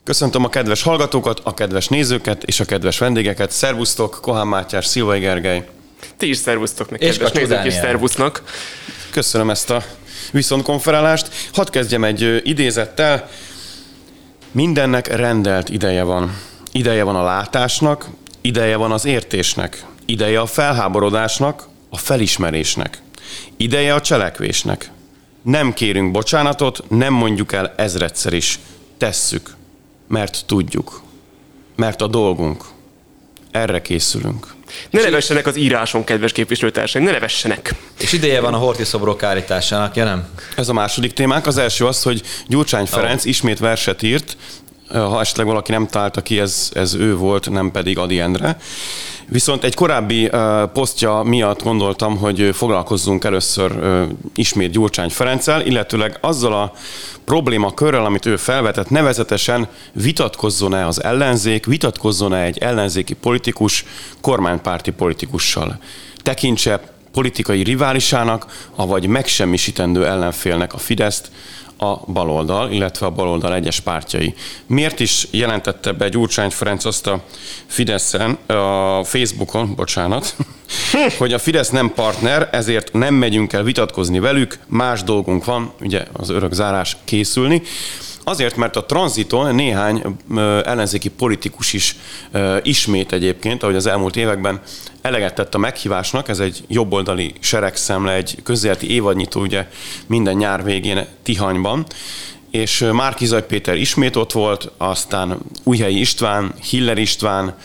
Köszöntöm a kedves hallgatókat, a kedves nézőket és a kedves vendégeket. Szervusztok, Kohán Mátyás, Szilvai Gergely. Ti is szervusztok, meg kedves nézők is szervusznak. Köszönöm ezt a viszontkonferálást. Hadd kezdjem egy idézettel. Mindennek rendelt ideje van. Ideje van a látásnak, ideje van az értésnek, ideje a felháborodásnak, a felismerésnek, ideje a cselekvésnek. Nem kérünk bocsánatot, nem mondjuk el ezredszer is. Tesszük, mert tudjuk, mert a dolgunk. Erre készülünk. Ne nevessenek az íráson, kedves képviselőtársaim, ne nevessenek. És ideje van a Horthy szobrok állításának, ja nem? Ez a második témánk. Az első az, hogy Gyurcsány Ferenc ismét verset írt. Ha esetleg valaki nem találta ki, ez ő volt, nem pedig Ady Endre. Viszont egy korábbi posztja miatt gondoltam, hogy foglalkozzunk először ismét Gyurcsány Ferenccel, illetőleg azzal a problémakörrel, amit ő felvetett, nevezetesen vitatkozzon-e az ellenzék, vitatkozzon-e egy ellenzéki politikus kormánypárti politikussal. Tekintse politikai riválisának, avagy megsemmisítendő ellenfélnek a Fideszt a baloldal, illetve a baloldal egyes pártjai. Miért is jelentette be Gyurcsány Ferenc azt a Fideszen, a Facebookon, hogy a Fidesz nem partner, ezért nem megyünk el vitatkozni velük, más dolgunk van, ugye az örökzárás készülni. Azért, mert a Tranziton néhány ellenzéki politikus is ismét egyébként, ahogy az elmúlt években eleget tett a meghívásnak, ez egy jobboldali seregszemle, egy közéleti évadnyitó ugye minden nyár végén Tihanyban, és Márki-Zay Péter ismét ott volt, aztán Újhelyi István, Hiller István,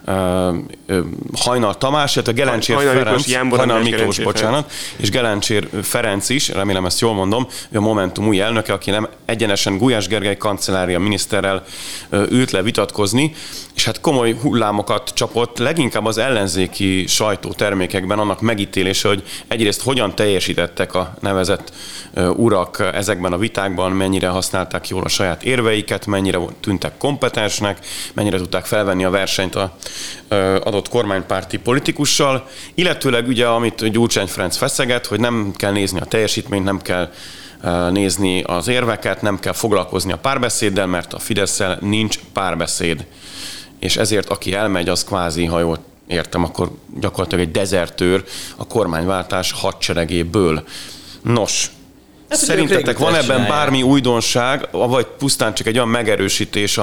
Hajnal Tamás, illetve Gelencsér Ferenc, Hajnal Miklós, bocsánat, és Gelencsér Ferenc is, remélem ezt jól mondom, ő a Momentum új elnöke, aki nem egyenesen Gulyás Gergely kancellária miniszterrel ült le vitatkozni, és hát komoly hullámokat csapott, leginkább az ellenzéki sajtótermékekben annak megítélése, hogy egyrészt hogyan teljesítettek a nevezett urak ezekben a vitákban, mennyire használták jól a saját érveiket, mennyire tűntek kompetensnek, mennyire tudták felvenni a versenyt a adott kormánypárti politikussal, illetőleg ugye, amit Gyurcsány Ferenc feszeget, hogy nem kell nézni a teljesítményt, nem kell nézni az érveket, nem kell foglalkozni a párbeszéddel, mert a Fidesszel nincs párbeszéd. És ezért aki elmegy, az kvázi, ha jól értem, akkor gyakorlatilag egy dezertőr a kormányváltás hadseregéből. Nos, szerintetek van ebben bármi újdonság, vagy pusztán csak egy olyan megerősítés,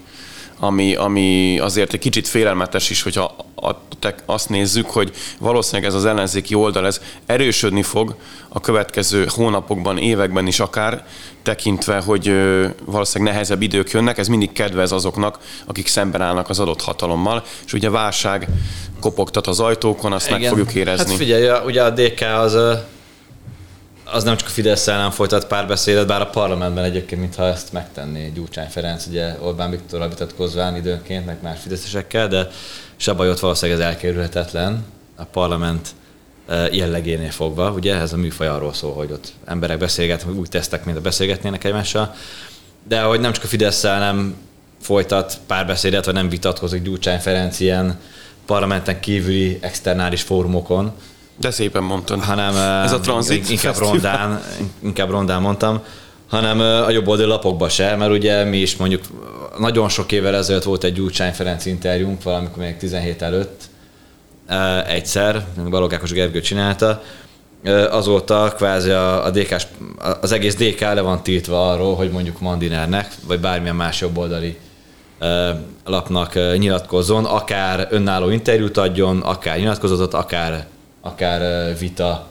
ami azért egy kicsit félelmetes is, hogyha azt nézzük, hogy valószínűleg ez az ellenzéki oldal ez erősödni fog a következő hónapokban, években is akár, tekintve, hogy valószínűleg nehezebb idők jönnek, ez mindig kedvez azoknak, akik szemben állnak az adott hatalommal, és ugye válság kopogtat az ajtókon, azt meg fogjuk érezni. Hát figyelj, ugye a DK az nem csak a Fidesz-szel nem folytat párbeszédet, bár a parlamentben egyébként, mintha ezt megtenné Gyurcsány Ferenc, ugye Orbán Viktorral vitatkozván időnként, meg más fideszesekkel, de és abban ott valószínűleg ez elkerülhetetlen a parlament jellegénél fogva. Ugye ez a műfaj arról szól, hogy ott emberek beszélgetnek, úgy tesztek, mint a beszélgetnének egymással, de hogy nem csak a Fidesz-szel nem folytat párbeszédet, vagy nem vitatkozik Gyurcsány Ferenc ilyen parlamenten kívüli externális fórumokon, de szépen mondtad. Hanem ez a tranzit inkább rondán mondtam, hanem a jobboldali lapokban se, mert ugye mi is mondjuk nagyon sok évvel ezelőtt volt egy Gyurcsány Ferenc interjúnk, valamikor még 17 előtt egyszer, Balogh Ákos Gergő csinálta, azóta kvázi az egész DK le van tiltva arról, hogy mondjuk Mandinernek, vagy bármilyen más jobboldali lapnak nyilatkozzon, akár önálló interjút adjon, akár nyilatkozatot, akár vita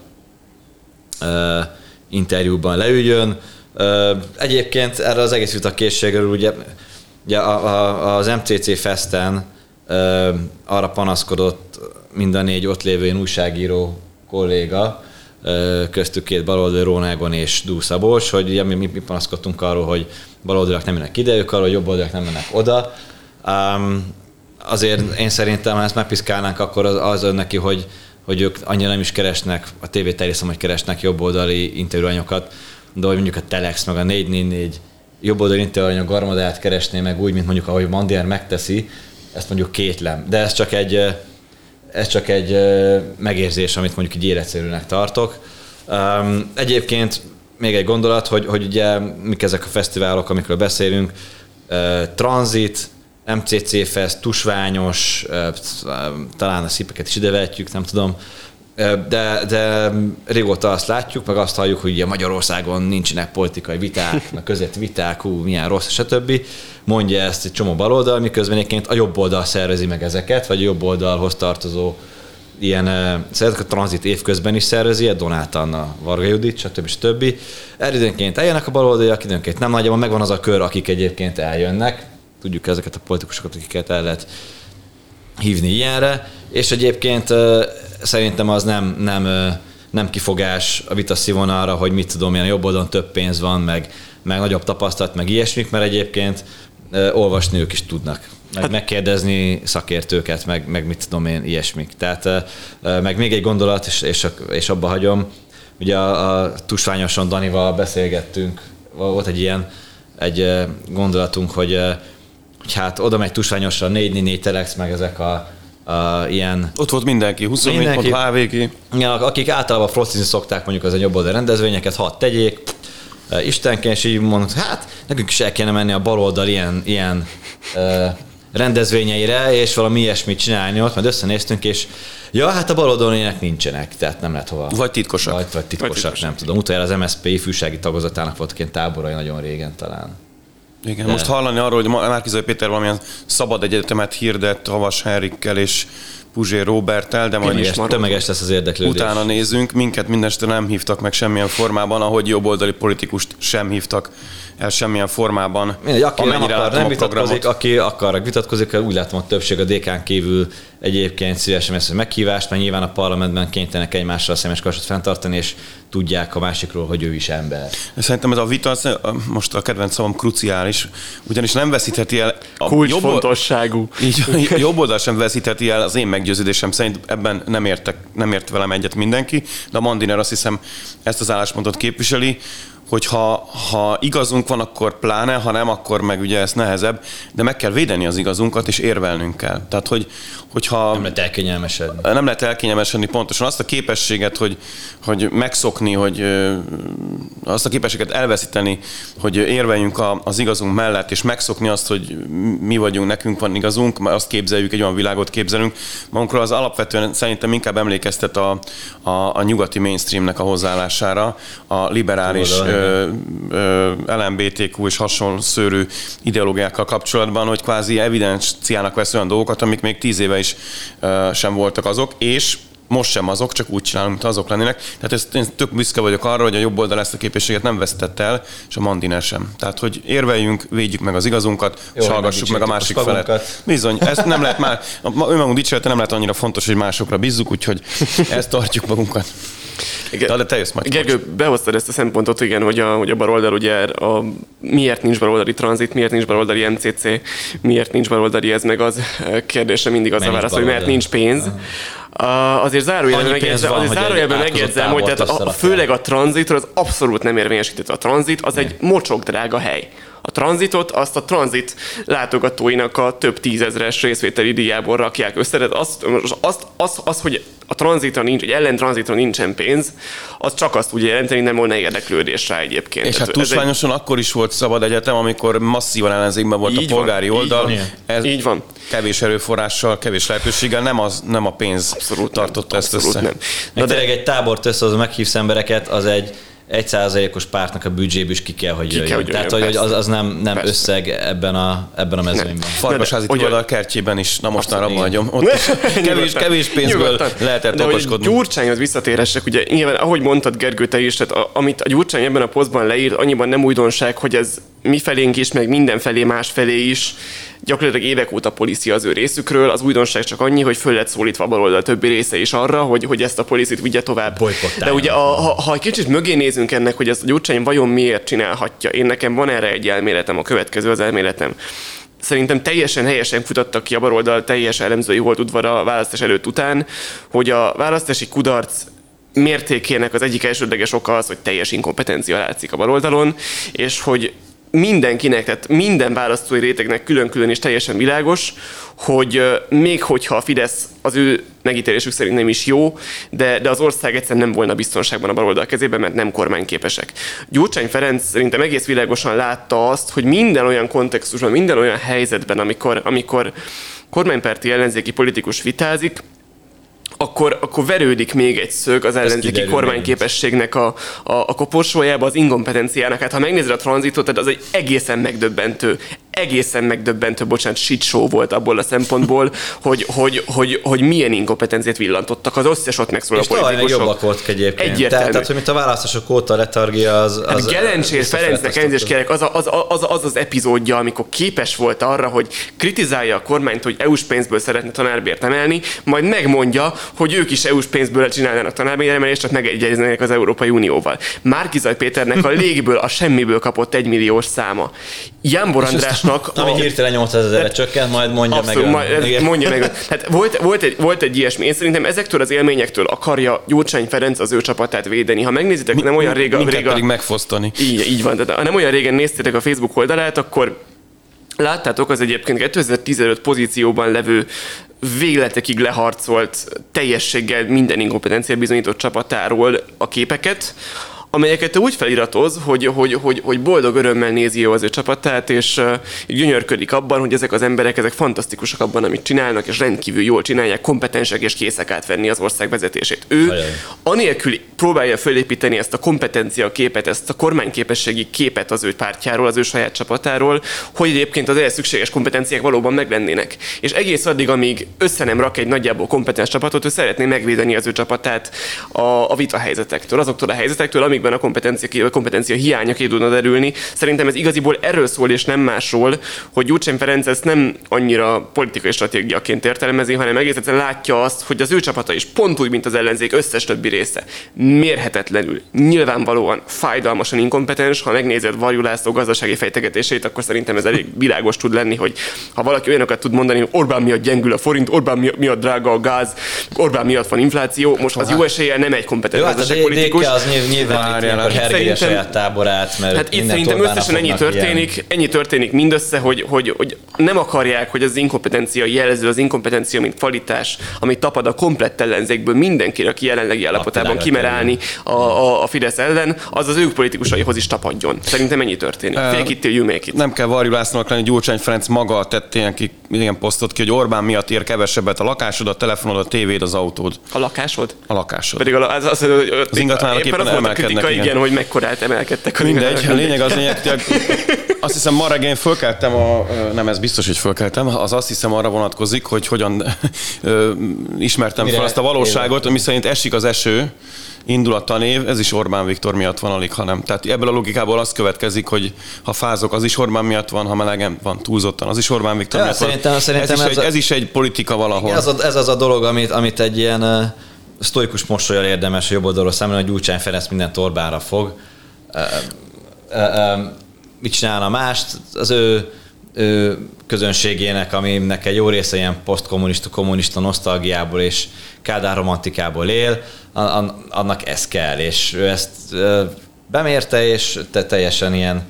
interjúban leüljön. Egyébként erre az egész vita készségről ugye az MCC Festen arra panaszkodott mind a 4 ott lévő újságíró kolléga, köztük 2 baloldali, Rónágon és Dúl Szabolcs, hogy ugye mi panaszkodtunk arról, hogy baloldalak nem mennek ide, ők arról, hogy jobboldalak nem mennek oda. Azért én szerintem, ha ezt megpiszkálnánk, akkor az neki, hogy ők annyira nem is keresnek, a tévét elhiszem, hogy keresnek jobboldali interjúanyagokat, de hogy mondjuk a Telex meg a 444 jobboldali interjúanyag garmadát keresné meg úgy, mint mondjuk ahogy Mandiner megteszi, ezt mondjuk kétlem. De ez csak egy megérzés, amit mondjuk így életszerűnek tartok. Egyébként még egy gondolat, hogy ugye mik ezek a fesztiválok, amikről beszélünk, tranzit, MCC Fest, tusványos, talán a szipeket is idevetjük, nem tudom, de régóta azt látjuk, meg azt halljuk, hogy Magyarországon nincsenek politikai viták, meg között viták, milyen rossz, stb. Mondja ezt egy csomó baloldal, miközben egyébként a jobb oldal szervezi meg ezeket, vagy a jobb oldalhoz tartozó ilyen a tranzit évközben is szervezi, Donát Anna, Varga Judit, stb. Időnként eljönnek a baloldaliak, időnként nem, nagyjából megvan az a kör, akik egyébként eljönnek. Tudjuk ezeket a politikusokat, akiket el lehet hívni ilyenre, és egyébként szerintem az nem kifogás a vita színvonalra, hogy mit tudom, ilyen jobb oldalon több pénz van, meg nagyobb tapasztalat, meg ilyesmik, mert egyébként olvasni ők is tudnak. Megkérdezni szakértőket, meg mit tudom én, ilyesmik. Tehát meg még egy gondolat, és abba hagyom. Ugye a tusványoson Danival beszélgettünk, volt egy gondolatunk, hogy hát oda megy tusványosra 4-4 Telex, meg ezek a ilyen... Ott volt mindenki, 24 pont HVG. Ja, akik általában frocizni szokták mondjuk az a jobb oldal rendezvényeket, hadd tegyék, istenként, és így mondod, hát nekünk is el kéne menni a baloldal ilyen rendezvényeire, és valami ilyesmit csinálni ott, majd összenéztünk, és hát a baloldalon ilyenek nincsenek, tehát nem lehet hova. Vagy titkosak. Vagy titkosak, nem tudom. Utoljára az MSZP ifjúsági tagozatának voltak ilyen táborai nagyon régen talán. Igen, most hallani arról, hogy Márki-Zay Péter valamilyen szabad egyetemet hirdett Havas Henrikkel és Puzsér Róberttel, de majd tömeges lesz az érdeklődés. Utána nézünk, minket mindenestől nem hívtak meg semmilyen formában, ahogy jobboldali politikust sem hívtak el semmilyen formában. Aki nem vitatkozik, aki akar vitatkozik, úgy látom, a többség a DK-n kívül egyébként szívesen vesz meghívást, mert nyilván a parlamentben kénytelenek egymással személyes kapcsolatot fenntartani, és tudják a másikról, hogy ő is ember. Szerintem ez a vita, most a kedvenc szavam kruciális, ugyanis nem veszítheti el a kulcsfontosságú. Jobb oldal sem veszítheti el, az én meggyőződésem szerint ebben nem ért velem egyet mindenki, de a Mandiner azt hiszem ezt az álláspontot képviseli, hogy ha igazunk van, akkor pláne, ha nem, akkor meg ugye ez nehezebb, de meg kell védeni az igazunkat, és érvelnünk kell. Tehát, hogyha... Nem lehet elkényelmesedni. Nem lehet elkényelmesedni pontosan. Azt a képességet, hogy megszokni, hogy azt a képességet elveszíteni, hogy érveljünk az igazunk mellett, és megszokni azt, hogy mi vagyunk, nekünk van igazunk, mert azt képzeljük, egy olyan világot képzelünk. Magunkról az alapvetően szerintem inkább emlékeztet a nyugati mainstreamnek a hozzáállására, a liberális LMBTQ és hasonló szőrű ideológiákkal kapcsolatban, hogy kvázi evidenciának vesz olyan dolgokat, amik még 10 éve is sem voltak azok, és most sem azok, csak úgy csinálunk, mint azok lennének. Tehát én tök büszke vagyok arra, hogy a jobb oldal ezt a képességet nem vesztette el, és a Mandiner sem. Tehát, hogy érveljünk, védjük meg az igazunkat, és hallgassuk meg a másik felet. Bizony, ezt nem lehet már, önmagunk dicsérete nem lehet annyira fontos, hogy másokra bízzuk, úgyhogy ezt tartjuk magunkat. De te jössz majd. Gergő, behoztad ezt a szempontot, igen, hogy a baloldal ugye miért nincs baloldali tranzit, miért nincs baloldali MCC, miért nincs baloldali ez meg az kérdésre mindig az a válasz, hogy mert nincs pénz. Azért zárójelben megjegyzem, hogy tehát főleg a tranzitról az abszolút nem érvényesített. A tranzit az egy mocsok drága hely. A tranzitot, azt a tranzit látogatóinak a több tízezres részvételi díjából rakják össze. Az, hogy a tranzitra nincs, egy ellentranzitra nincsen pénz, az csak azt úgy jelenteni, nem volna érdeklődés rá egyébként. És hát tusványosan akkor is volt szabad egyetem, amikor masszívan ellenzékben volt a polgári oldal. Így van. Kevés erőforrással, kevés lehetőséggel, nem a pénz tartotta ezt össze. Nem. De tényleg egy tábort összehoz, meghívsz embereket, az egy 1%-os pártnak a büdzséből is ki kell, hogy jöjjön. Tehát, hogy az nem összeg ebben a mezőnyben. Farkasházi Tivadar kertjében is, na mostanra hagyom. Ott kevés pénzből lehetett okoskodni. Gyurcsányhoz visszatérhessek, ugye nyilván, ahogy mondtad Gergő, te is, tehát amit a Gyurcsány ebben a posztban leírt, annyiban nem újdonság, hogy ez mifelénk is, meg mindenfelé, másfelé is gyakorlatilag évek óta policy az ő részükről. Az újdonság csak annyi, hogy föl lett szólítva a baloldal többi része is arra, hogy ezt a policit vigye tovább. De ugye, ha egy kicsit mögé nézünk ennek, hogy ezt a Gyurcsány vajon miért csinálhatja, én nekem van erre egy elméletem, a következő az elméletem. Szerintem teljesen helyesen futattak ki a baloldal teljes elemzői holdudvara a választás előtt után, hogy a választási kudarc mértékének az egyik elsődleges oka az, hogy teljes inkompetencia látszik a baloldalon, és hogy mindenkinek, tehát minden választói rétegnek külön-külön is teljesen világos, hogy még hogyha a Fidesz az ő megítélésük szerint nem is jó, de az ország egyszerűen nem volna biztonságban a baloldal kezében, mert nem kormányképesek. Gyurcsány Ferenc szerintem egész világosan látta azt, hogy minden olyan kontextusban, minden olyan helyzetben, amikor kormánypárti ellenzéki politikus vitázik, akkor verődik még egy szög az ellenzéki kormányképességnek a koporsójába, az inkompetenciának. Hát ha megnézed a tranzitot, tehát az egy egészen megdöbbentő, shit show volt abból a szempontból, hogy milyen inkompetenciát villantottak. Az összes ott megszóló politikusok. És jobbak voltak egyébként. Tehát, hogy mint a választások óta a letargia az... Hát Gelencsér Ferencnek elnézést kérek, az epizódja, amikor képes volt arra, hogy kritizálja a kormányt, hogy EU-s pénzből szeretne tanárbért emelni, majd megmondja, hogy ők is EU-s pénzből csinálnának tanárbéremelést, csak megegyeznének az Európai Unióval. Márki-Zay Péternek a légből, a semmiből kapott 1 milliós száma. Jámbor Andrásnak... Ami hirtelen 800 000-re csökkent, majd mondja abszolút, mondja meg. Hát volt egy ilyesmi. Én szerintem ezektől az élményektől akarja Gyurcsány Ferenc az ő csapatát védeni. Ha megnézitek, nem olyan régen... pedig megfosztani. Így van. Tehát, ha nem olyan régen néztétek a Facebook oldalát, akkor láttátok az egyébként 2015 pozícióban levő végletekig leharcolt teljességgel minden inkompetencia bizonyított csapatáról a képeket, amelyeket úgy feliratoz, hogy boldog örömmel nézi jó az ő csapatát, és gyönyörködik abban, hogy ezek az emberek, ezek fantasztikusak abban, amit csinálnak, és rendkívül jól csinálják, kompetensek és készek átvenni az ország vezetését. Ő anélkül próbálja fölépíteni ezt a kompetencia képet, ezt a kormányképességi képet az ő pártjáról, az ő saját csapatáról, hogy egyébként az ehhez szükséges kompetenciák valóban meglennének. És egész addig, amíg össze nem rak egy nagyjából kompetens csapatot, ő szeretné megvédeni az ő csapatát a vitahelyzetektől, azoktól a helyzetektől, amikben a kompetencia hiánya ki tudna derülni. Szerintem ez igaziból erről szól, és nem másról, hogy Gyurcsány Ferenc ezt nem annyira politikai stratégiaként értelmezi, hanem egész egyszerűen látja azt, hogy az ő csapata is pont úgy, mint az ellenzék összes többi része, mérhetetlenül, nyilvánvalóan, fájdalmasan inkompetens. Ha megnézed Varjú László gazdasági fejtegetését, akkor szerintem ez elég világos tud lenni, hogy ha valaki olyanokat tud mondani, hogy Orbán miatt gyengül a forint, Orbán miatt drága a gáz, Orbán miatt van infláció, most az jó eséllyel nem egy kompetens gazdaságpolitikus. Akkor hergeli a saját táborát, mert hát itt szerintem összesen ennyi történik mindössze, hogy nem akarják, hogy az inkompetencia jelző, az inkompetencia, mint kvalitás, amit tapad a komplett ellenzékből mindenkire, aki jelenlegi állapotában kimer állni a Fidesz ellen, az az ők politikusaihoz is tapadjon. Szerintem ennyi történik. Fake it till you make it. Nem kell Varjú Lászlónak lenni, Gyurcsány Ferenc maga tett ilyen posztot ki, hogy Orbán miatt ér kevesebbet a lakásod, a telefonod, a tévéd, az autód. A lakásod? A lakásod. Pedig az ingatlanok éppen az volt a kritika, igen, hogy mekkorát emelkedtek. Mindegy, a lényeg az lényeg, azt hiszem ma reggel fölkeltem, nem ez biztos, hogy fölkeltem, az azt hiszem arra vonatkozik, hogy hogyan ismertem fel azt a valóságot, ami szerint esik az eső, indul a tanév, ez is Orbán Viktor miatt van, alig, hanem. Tehát ebből a logikából az következik, hogy ha fázok, az is Orbán miatt van, ha melegem van túlzottan, az is Orbán Viktor miatt van. Szerintem ez is egy politika valahol. Ez az a dolog, amit egy ilyen sztoikus mosollyal érdemes a jobb oldalról számolni, hogy Gyurcsány Ferenc mindent Orbánra fog. Mit csinálna mást? Az ő közönségének, aminek egy jó része ilyen posztkommunista nosztalgiából és Kádár romantikából él, annak ez kell, és ő ezt bemérte, és teljesen ilyen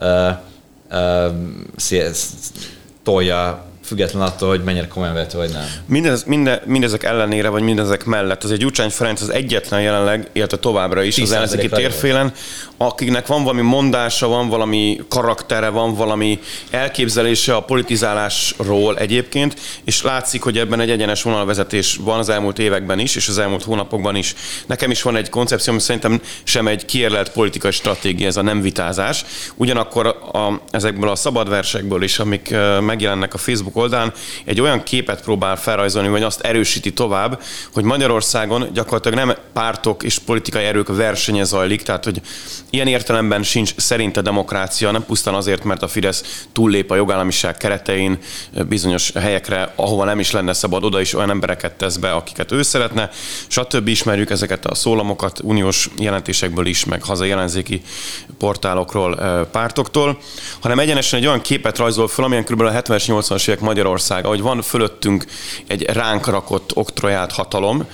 tolja, független attól, hogy mennyire komolyan vehető, vagy nem. Mindezek ellenére, vagy mindezek mellett azért Gyurcsány Ferenc az egyetlen jelenleg, illetve továbbra is az ellenzéki térfélen, akiknek van valami mondása, van valami karaktere, van valami elképzelése a politizálásról egyébként, és látszik, hogy ebben egy egyenes vonalvezetés van az elmúlt években is, és az elmúlt hónapokban is. Nekem is van egy koncepció, ami szerintem sem egy kiérlelt politikai stratégia, ez a nem vitázás. Ugyanakkor ezekből a szabadversekből is, amik megjelennek a Facebook oldalán, egy olyan képet próbál felrajzolni, vagy azt erősíti tovább, hogy Magyarországon gyakorlatilag nem pártok és politikai erők versenye zajlik, tehát hogy ilyen értelemben sincs szerinte demokrácia, nem pusztán azért, mert a Fidesz túllép a jogállamiság keretein bizonyos helyekre, ahova nem is lenne szabad, oda is olyan embereket tesz be, akiket ő szeretne, stb. Ismerjük ezeket a szólamokat uniós jelentésekből is, meg hazai ellenzéki portálokról, pártoktól, hanem egyenesen egy olyan képet rajzol fel, amilyen kb. A 70-es, 80-as évek Magyarország, ahogy van fölöttünk egy ránk rakott oktroját hatalom,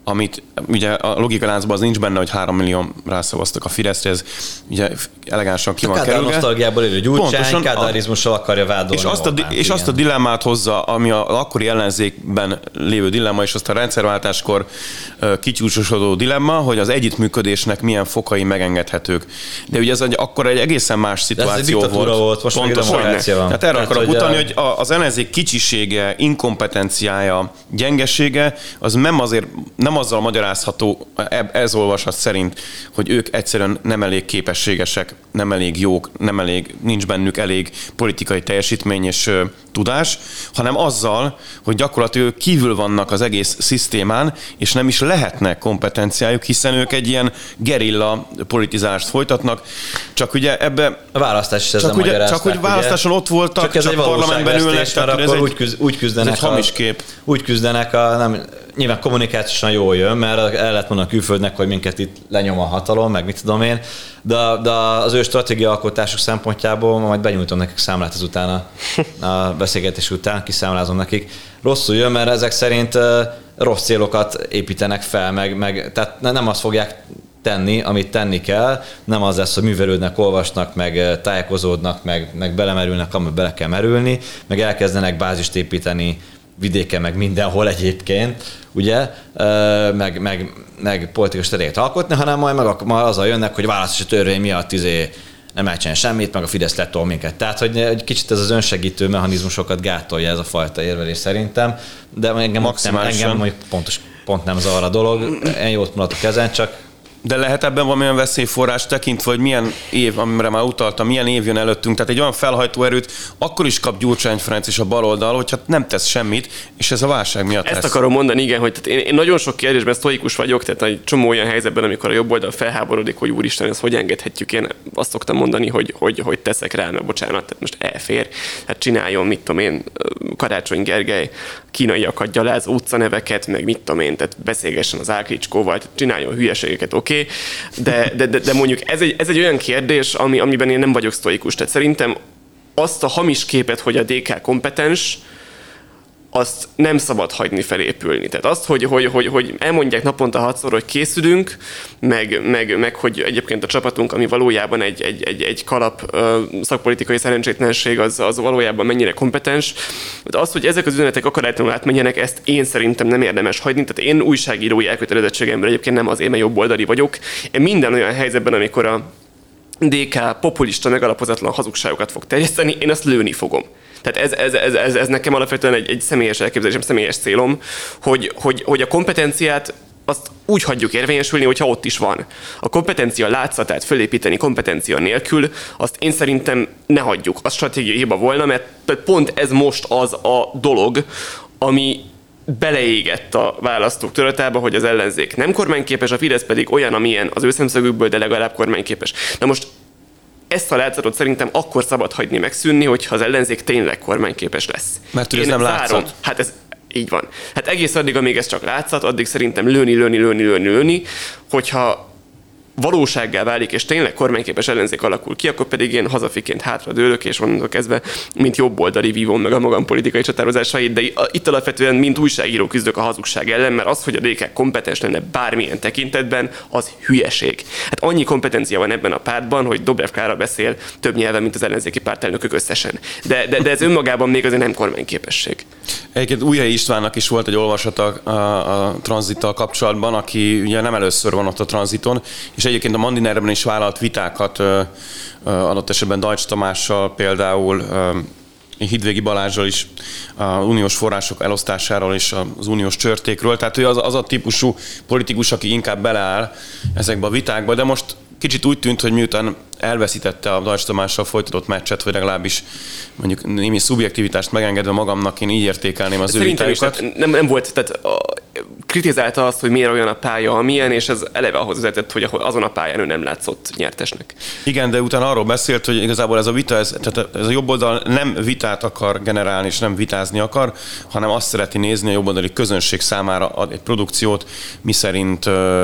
amit ugye a logikai az nincs benne, hogy 3 millió rászavaztak a Fideszre, ez ugye elegánsan ki van kerülve. Kádár nosztalgiából élő Gyurcsány, kádárizmussal akarja vádolni. És azt a dilemmát hozza, ami az akkori ellenzékben lévő dilemma, és azt a rendszerváltáskor kicsúcsosodó dilemma, hogy az együttműködésnek milyen fokai megengedhetők. De ugye ez akkor egy egészen más szituáció volt. Most pontosan. Tehát erre akarok utalni, hogy az ellenzék kicsisége, inkompetenciája, gyengesége, az nem azzal magyarázható, ez olvasat szerint, hogy ők egyszerűen nem elég képességesek, nem elég jók, nincs bennük elég politikai teljesítmény és tudás, hanem azzal, hogy gyakorlatilag kívül vannak az egész szisztémán, és nem is lehetnek kompetenciájuk, hiszen ők egy ilyen gerilla politizálást folytatnak. Csak ugye ebbe... A választás is ezzel magyarázták. Csak hogy választáson ott voltak, csak parlamentben ülnek, tehát ez úgy küzdenek, ez egy hamis kép. Úgy küzdenek, nyilván kommunikációsan jól jön, mert el lehet mondani a külföldnek, hogy minket itt lenyom a hatalom, meg mit tudom én, de az ő stratégiaalkotások szempontjából majd benyújtom nekik számlát ezután a beszélgetés után, kiszámlázom nekik. Rosszul jön, mert ezek szerint rossz célokat építenek fel, meg tehát nem azt fogják tenni, amit tenni kell, nem az lesz, hogy művelődnek, olvasnak, meg tájékozódnak, meg belemerülnek, amit bele kell merülni, meg elkezdenek bázist építeni vidéken, meg mindenhol egyébként, ugye, meg politikai stratégiát alkotni, hanem majd azzal jönnek, hogy választási törvény miatt nem elcsinálni semmit, meg a Fidesz lettol minket. Tehát, hogy egy kicsit ez az önsegítő mechanizmusokat gátolja ez a fajta érvelés szerintem, de engem pont nem zavar a dolog, én jót mulatok ezen, csak De lehet ebben valamilyen veszélyforrás tekintve, hogy milyen év, amire már utaltam, milyen év jön előttünk, tehát egy olyan felhajtó erőt akkor is kap Gyurcsány Ferenc és a baloldal, hogyha nem tesz semmit, és ez a válság miatt lesz. Ezt akarom mondani, igen, hogy tehát én nagyon sok kérdésben sztoikus vagyok, tehát egy csomó olyan helyzetben, amikor a jobb oldal felháborodik, hogy úristen, ezt hogy engedhetjük, én azt szoktam mondani, hogy teszek rá, mert bocsánat, tehát most elfér, hát csináljon, mit tudom én, Karácsony Gergely kínaiakat gyalázó utcaneveket, meg mit tudom én, tehát beszélgessen az Ákicskóval, csináljon hülyeségeket, oké. De mondjuk ez egy olyan kérdés, amiben én nem vagyok sztoikus. Tehát szerintem azt a hamis képet, hogy a DK kompetens, azt nem szabad hagyni felépülni. Tehát azt, hogy elmondják naponta 6-szor, hogy készülünk, meg hogy egyébként a csapatunk, ami valójában egy kalap szakpolitikai szerencsétlenség, az valójában mennyire kompetens. De az, hogy ezek az üzenetek akaratlanul átmenjenek, ezt én szerintem nem érdemes hagyni. Tehát én újságírói elkötelezettségemben egyébként nem azért, mert jobboldali vagyok. Én minden olyan helyzetben, amikor a DK populista, megalapozatlan hazugságokat fog terjeszteni, én azt lőni fogom. Tehát ez nekem alapvetően egy személyes elképzelésem, személyes célom, hogy a kompetenciát azt úgy hagyjuk érvényesülni, hogyha ott is van. A kompetencia látszatát fölépíteni kompetencia nélkül, azt én szerintem ne hagyjuk. Az stratégiai hiba volna, mert pont ez most az a dolog, ami beleégett a választók tudatába, hogy az ellenzék nem kormányképes, a Fidesz pedig olyan, amilyen az ő szemszögükből, de legalább kormányképes. Na most ezt a látszatot szerintem akkor szabad hagyni megszűnni, hogyha az ellenzék tényleg kormányképes lesz. Mert ez nem látszat. Hát ez így van. Hát egész addig, amíg ez csak látszat, addig szerintem lőni, hogyha valósággá válik, és tényleg kormányképes ellenzék alakul ki, akkor pedig én hazafiként hátradőlök, és onnantól kezdve, mint jobboldali vívom meg a magam politikai csatározásait, de itt alapvetően mint újságíró küzdök a hazugság ellen, mert az, hogy a DK kompetens lenne bármilyen tekintetben, az hülyeség. Hát annyi kompetencia van ebben a pártban, hogy Dobrev Klára beszél több nyelven, mint az ellenzéki pártelnökök összesen. De ez önmagában még azért nem kormányképesség. Egyébként Újhelyi Istvánnak is volt egy olvasata a tranzittal kapcsolatban, aki ugye nem először van ott a tranziton, és egyébként a Mandinerben is vállalt vitákat, adott esetben Dajcs Tamással például, Hidvégi Balázsral is, az uniós források elosztásáról és az uniós csörtékről. Tehát ő az a típusú politikus, aki inkább beleáll ezekbe a vitákba, de most kicsit úgy tűnt, hogy miután elveszítette a Dajcs Tamással folytatott meccset, vagy legalábbis mondjuk némi szubjektivitást megengedve magamnak, én így értékelném az ő vitájukat. Nem volt, tehát kritizálta azt, hogy miért olyan a pálya, amilyen, és ez eleve ahhoz vezetett, hogy azon a pályán ő nem látszott nyertesnek. Igen, de utána arról beszélt, hogy igazából ez a vita, tehát ez a jobboldal nem vitát akar generálni, és nem vitázni akar, hanem azt szereti nézni a jobboldali közönség számára egy produkciót, miszerint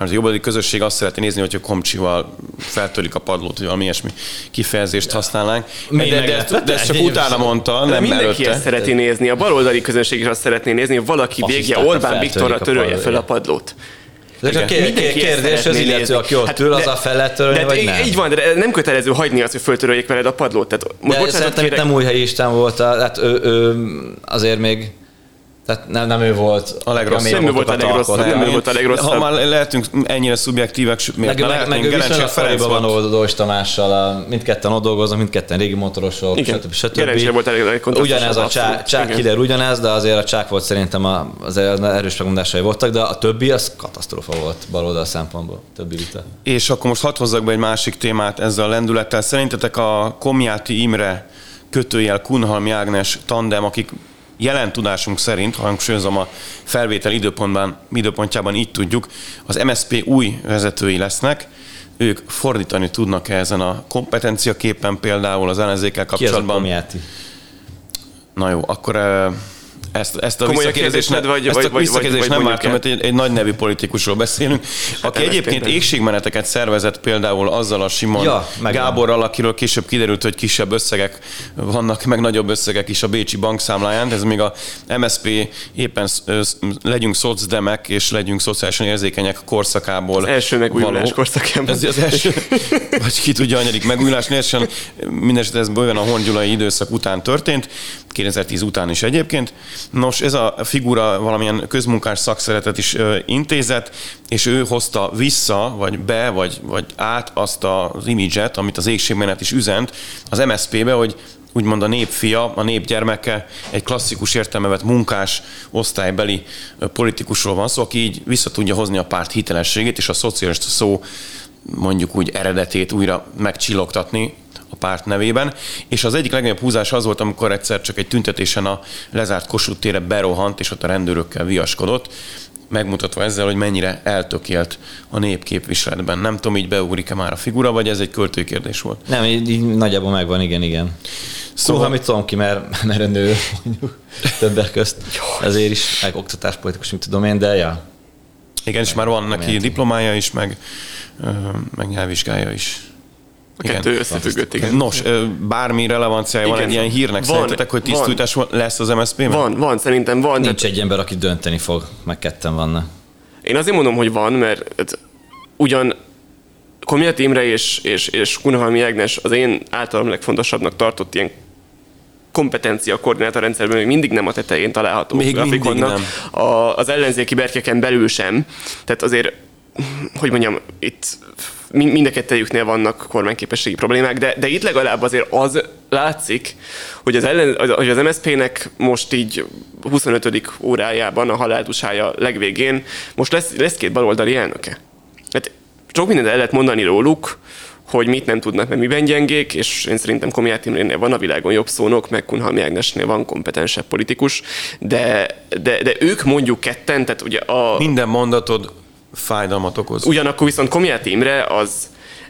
Az jobboldali közösség azt szeretné nézni, hogyha komcsival feltörik a padlót, hogy valami ilyesmi kifejezést használnánk. De ezt csak utána mondta, nem mindenki ezt szereti nézni. A baloldali közönség is azt szeretné nézni, hogy valaki végje Orbán Viktorra törölje fel a padlót. De csak kérdés, az illető, aki ott ül, az a fel lehet törölni, vagy nem? Így van, de nem kötelező hagyni azt, hogy föltöröljék veled a padlót. Tehát, de szerintem itt nem Újhelyi István volt, tehát ő azért még... Tehát nem ő volt a legrosszabb. Nem ő volt a legrosszabb. Ha már lehetünk ennyire szubjektívek, meg ő viszonylag Feréba van Oldós Tamással, mindketten ott dolgoznak, mindketten régi motorosok, stb. Ugyanez a Csák Kider ugyanez, de azért a Csák volt szerintem az erős megmondásai voltak, de a többi az katasztrófa volt baloldal szempontból, többi vita. És akkor most hadd hozzak be egy másik témát ezzel a lendülettel. Szerintetek a Komjáti Imre / Kunhalmi Ágnes tandem, akik jelen tudásunk szerint, hangsúlyozom a felvétel időpontjában így tudjuk, az MSZP új vezetői lesznek, ők fordítani tudnak ezen a kompetenciaképpen például az ellenzékkel kapcsolatban. Ki az a Komjáti? Na jó, akkor ezt a visszakérdezést nem vártam, mert egy nagy nevű politikusról beszélünk, aki egyébként égségmeneteket szervezett például azzal a Simon Gáborral, akiről később kiderült, hogy kisebb összegek vannak, meg nagyobb összegek is a bécsi bankszámláján. Ez még a MSZP éppen legyünk szocdemek és legyünk szociálisan érzékenyek korszakából. Az első megújulás korszakában. Ez az első, vagy ki tudja, anyadik megújulás. Mindenesetre ez olyan a hongyulai időszak után történt, 2010 után is egyébként. Nos, ez a figura valamilyen közmunkás szakszeretet is intézett, és ő hozta vissza, vagy be, vagy át azt az imidzset, amit az égségmenet is üzent az MSZP-be, hogy úgymond a népfia, a népgyermeke, egy klasszikus értelme vett munkás, osztálybeli politikusról van szó, aki így vissza tudja hozni a párt hitelességét, és a szocialista szó mondjuk úgy eredetét újra megcsillogtatni a párt nevében, és az egyik legnagyobb húzás az volt, amikor egyszer csak egy tüntetésen a lezárt Kossuth térre berohant, és ott a rendőrökkel viaskodott, megmutatva ezzel, hogy mennyire eltökélt a népképviseletben. Nem tudom, így beugrik-e már a figura, vagy ez egy költői kérdés volt? Nem, így nagyjából megvan, igen. Szóval mit tudom ki, mert nő mondjuk többek közt. Ezért is, meg oktatáspolitikus, mit tudom én, de ja. Igen, és már van neki diplomája is, meg nyelvvizsgája is. A kettő összefüggött, igen. Nos, bármi relevanciája van egy ilyen hírnek, szerintetek, hogy tisztújtás lesz az MSZP-ben? Van, szerintem van. Nincs egy ember, aki dönteni fog, meg ketten vannak. Én azért mondom, hogy van, mert ugyan Komjáti Imre és Kunhalmi Ágnes az én általam legfontosabbnak tartott ilyen kompetencia koordinátorrendszerben még mindig nem a tetején található. Még mindig nem. Az ellenzéki berkeken belül sem. Tehát azért, hogy mondjam, itt mind a kettejüknél vannak kormányképességi problémák, de itt legalább azért az látszik, hogy az MSZP-nek most így 25. órájában, a haláltusája legvégén most lesz két baloldali elnöke. Hát sok mindent el lehet mondani róluk, hogy mit nem tudnak, mert miben gyengék, és én szerintem Komjáti Imrénél van a világon jobb szónok, meg Kunhalmi Ágnesnél van kompetensebb politikus, de ők mondjuk ketten, tehát ugye minden mondatod fájdalmat okoz. Ugyanakkor viszont Komjáti Imre az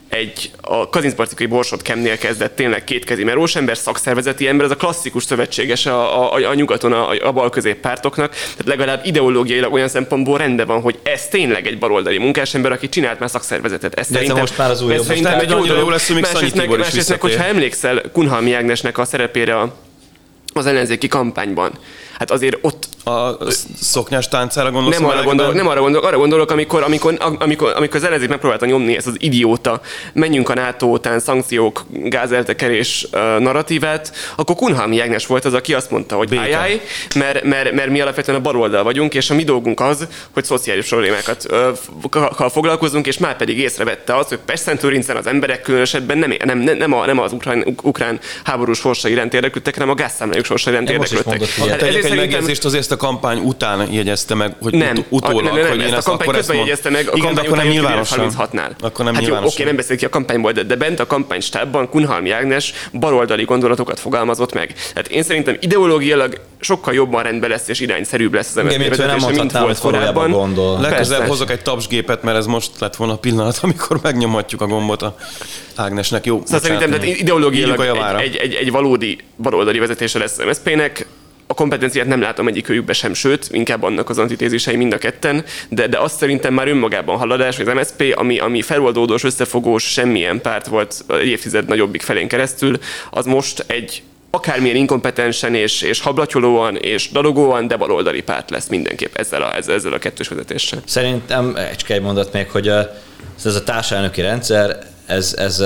a kazincbarcikai Borsod Kemnél kezdett tényleg kétkezi merós ember, szakszervezeti ember, ez a klasszikus szövetséges a nyugaton a bal-közép pártoknak, tehát legalább ideológiailag olyan szempontból rendben van, hogy ez tényleg egy baloldali munkásember, aki csinált már szakszervezetet. Ez szerintem most már az új jobb. Szerintem egy jó lesz, hogy még Szanyi Tibor is visszatér. Hogyha emlékszel Kunhalmi Ágnesnek a szerepére az ellenzéki kampányban, hát azért ott... A szoknyás táncára gondolsz? Nem arra gondolok, amikor az ellenzék megpróbálta nyomni ezt az idióta, menjünk a NATO után, szankciók, gázeltekerés narratívát, akkor Kunhalmi Ágnes volt az, aki azt mondta, hogy ájjáj, mert mi alapvetően a baloldal vagyunk, és a mi dolgunk az, hogy szociális problémákat foglalkozunk, és már pedig észrevette az, hogy Pest-Szent-Lőrincen az emberek különösebben nem az ukrán háborús sorsa iránt érdeklődtek, hanem a gázszámlájuk sorsa iránt érdeklődtek. Egy megjegyzést azért a kampány után jegyezte meg, hogy utólag, hogy én ezt akkor ezt jegyezte meg, a igen, akkor nem nyilvánosan. Akkor nem nyilvánosan. Oké, nem beszél ki a kampányból, de bent a kampánystábban Kunhalmi Ágnes baloldali gondolatokat fogalmazott meg. Tehát én szerintem ideológiailag sokkal jobban rendben lesz és irányszerűbb lesz az MSZP vezetése, mint volt korábban. Legközelebb hozok egy tapsgépet, mert ez most lett volna a pillanat, amikor megnyomhatjuk a gombot a Ágnesnek. Jó, szóval szerintem ideológiailag egy valódi baloldali vezetése lesz az MSZP-nek. a kompetenciát nem látom egyikőjükbe sem, sőt, inkább annak az antitézisei mind a ketten, de azt szerintem már önmagában haladás, hogy az MSZP, ami feloldódós, összefogós, semmilyen párt volt egy évtized nagyobbik felén keresztül, az most egy akármilyen inkompetensen és hablatyolóan és dadogóan, de baloldali párt lesz mindenképp ezzel a kettős vezetéssel. Szerintem egy mondat még, hogy ez a társelnöki rendszer, ez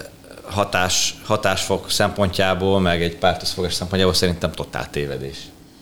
hatásfok szempontjából, meg egy pártösszefogás szempontjából szerintem totál tévedés.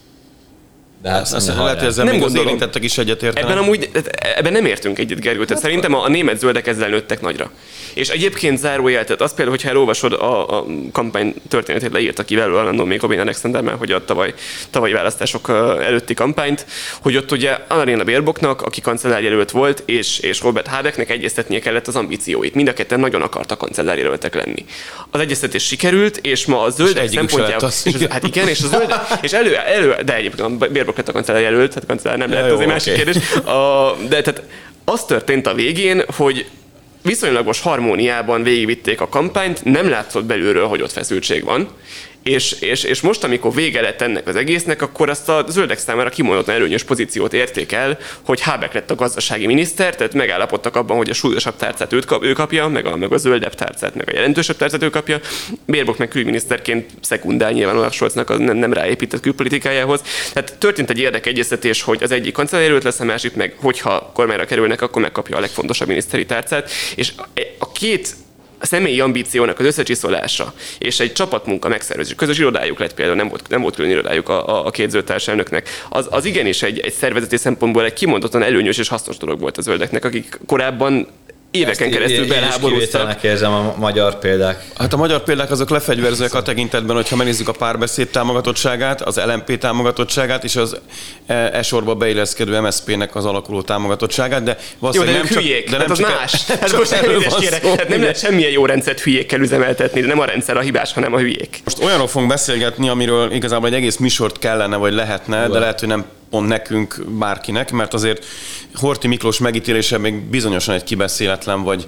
De azt lehet, hogy ezzel még az érintettek is egyetértenek. Ebben nem értünk egyet, Gergő. Tehát szerintem a német zöldek ezzel nőttek nagyra. És egyébként zárójel, tehát azt például, hogyha elolvasod a kampány történetét leírta ki velő állandó még Orbán Alexandermel, hogy a tavalyi választások előtti kampányt, hogy ott ugye Annalena Baerbocknak, aki kancellárjelölt volt, és Robert Habecknek egyeztetnie kellett az ambícióit. Mind a ketten nagyon akartak kancellárjelöltek lenni. Az egyeztetés sikerült, és ma a zöldek szempontjából... Hát igen, és a zöldek... És de egyébként a Baerbock lett a kancellárjelölt, tehát kancellár nem lehet, az egy másik kérdés. De tehát az történt a végén, hogy viszonylagos harmóniában végigvitték a kampányt, nem látszott belülről, hogy ott feszültség van, és most, amikor vége lett ennek az egésznek, akkor azt a zöldek számára kimondottan előnyös pozíciót érték el, hogy Habeck lett a gazdasági miniszter, tehát megállapodtak abban, hogy a súlyosabb tárcát ő kapja, meg a zöldebb tárcát, meg a jelentősebb tárcát ő kapja. Baerbock meg külügyminiszterként szekundál nyilván Olaf Scholznak nem ráépített külpolitikájához. Tehát történt egy érdekegyeztetés, hogy az egyik kancellárjelölt lesz, a másik meg, hogyha kormányra kerülnek, akkor megkapja a legfontosabb miniszteri tárcát. És a két a személyi ambíciónak az összecsiszolása és egy csapatmunka megszervezés, közös irodájuk lett például, nem volt külön irodájuk a két zöld társelnöknek, az igenis egy szervezeti szempontból egy kimondottan előnyös és hasznos dolog volt a zöldeknek, akik korábban éveken keresztül belháborúztak. Érzem a magyar példák. Hát a magyar példák azok lefegyverzőek a tekintetben, hogyha megnézzük a Párbeszéd támogatottságát, az LMP támogatottságát és az sorba beilleszkedő MSZP-nek az alakuló támogatottságát, de valószínűleg nem hülyék, csak... De nem az más. Tehát nem lehet semmilyen jó rendszert hülyékkel üzemeltetni, de nem a rendszer a hibás, hanem a hülyék. Most olyanról fogunk beszélgetni, amiről igazából egy egész műsort kellene, vagy lehetne, de lehet, hogy nem pont nekünk, bárkinek, mert azért Horthy Miklós megítélése még bizonyosan egy kibeszéletlen, vagy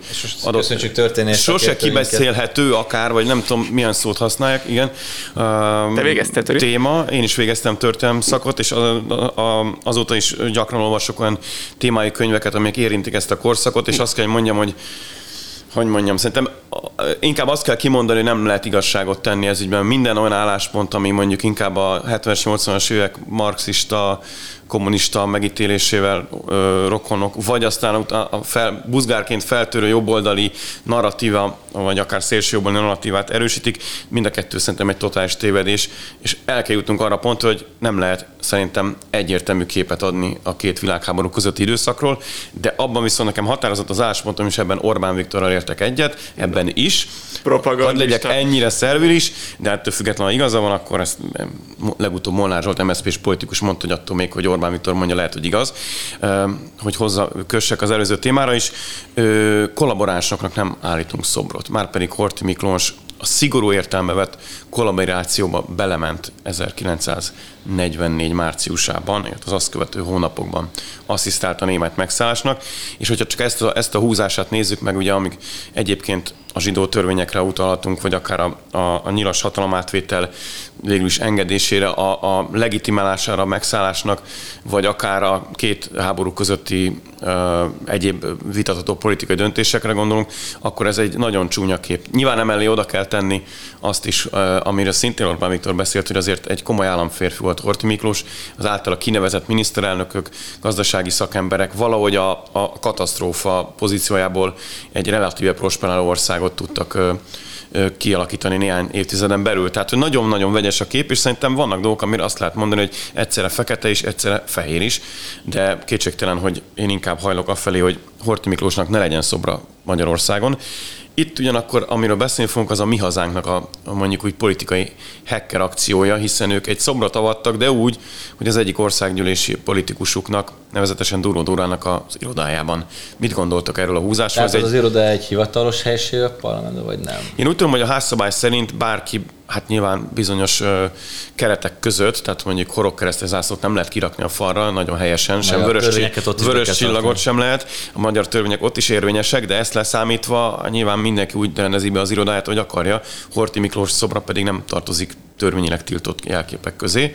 sose kibeszélhető akár, vagy nem tudom, milyen szót használják, igen. Te végezted, téma. Én is végeztem történelem szakot, és azóta is gyakran olvasok olyan témai könyveket, amelyek érintik ezt a korszakot, és azt kell, hogy mondjam, szerintem inkább azt kell kimondani, hogy nem lehet igazságot tenni ez ügyben. Minden olyan álláspont, ami mondjuk inkább a 70-es, 80-as évek marxista, kommunista megítélésével rokonok, vagy aztán buzgárként feltörő jobboldali narratíva, vagy akár szélsőjobboldali narratívát erősítik, mind a kettő szerintem egy totális tévedés, és el kell jutnunk arra pontra, hogy nem lehet szerintem egyértelmű képet adni a két világháború közötti időszakról, de abban viszont nekem határozott az álláspontom, és ebben Orbán Viktorral értek egyet, ebben is. Hadd legyek ennyire szervilis, de ettől függetlenül, ha igaza van, akkor ezt legutóbb Molnár Zsolt, MSZP-s politikus mondta, hogy attól még, hogy Orbán Viktor mondja, lehet, hogy igaz, hogy kössek az előző témára is. Kollaboránsoknak nem állítunk szobrot. Márpedig Horthy Miklós a szigorú értelme vett kollaborációba belement 1944 márciusában, az azt követő hónapokban asszisztált a német megszállásnak, és hogyha csak ezt a húzását nézzük meg, ugye amíg egyébként a zsidó törvényekre utalhatunk, vagy akár a nyilas hatalomátvétel végül is engedésére, a legitimálására a megszállásnak, vagy akár a két háború közötti egyéb vitatható politikai döntésekre gondolunk, akkor ez egy nagyon csúnya kép. Nyilván emellé oda kell tenni azt is, amire szintén Orbán Viktor beszélt, hogy azért egy komoly államférfi volt Horthy Miklós, az általa kinevezett miniszterelnökök, gazdasági szakemberek valahogy a katasztrófa pozíciójából egy relatíve prosperáló országot tudtak kialakítani néhány évtizeden belül. Tehát, hogy nagyon-nagyon vegyes a kép, és szerintem vannak dolgok, amire azt lehet mondani, hogy egyszerre fekete is, egyszerre fehér is, de kétségtelen, hogy én inkább hajlok afelé, hogy Horthy Miklósnak ne legyen szobra Magyarországon. Itt ugyanakkor, amiről beszélni fogunk, az a Mi Hazánknak a mondjuk úgy politikai hacker akciója, hiszen ők egy szobrot avattak, de úgy, hogy az egyik országgyűlési politikusuknak, nevezetesen Duró Dórának az irodájában. Mit gondoltak erről a húzásról? Tehát az iroda egy hivatalos helység a parlamentben, vagy nem? Én úgy tudom, hogy a házszabály szerint bárki, hát nyilván bizonyos keretek között, tehát mondjuk horogkeresztes zászlót nem lehet kirakni a falra, nagyon helyesen, sem vörös csillagot sem lehet. A magyar törvények ott is érvényesek, de ezt leszámítva nyilván mindenki úgy rendezi be az irodáját, hogy akarja. Horthy Miklós szobra pedig nem tartozik törvényileg tiltott jelképek közé.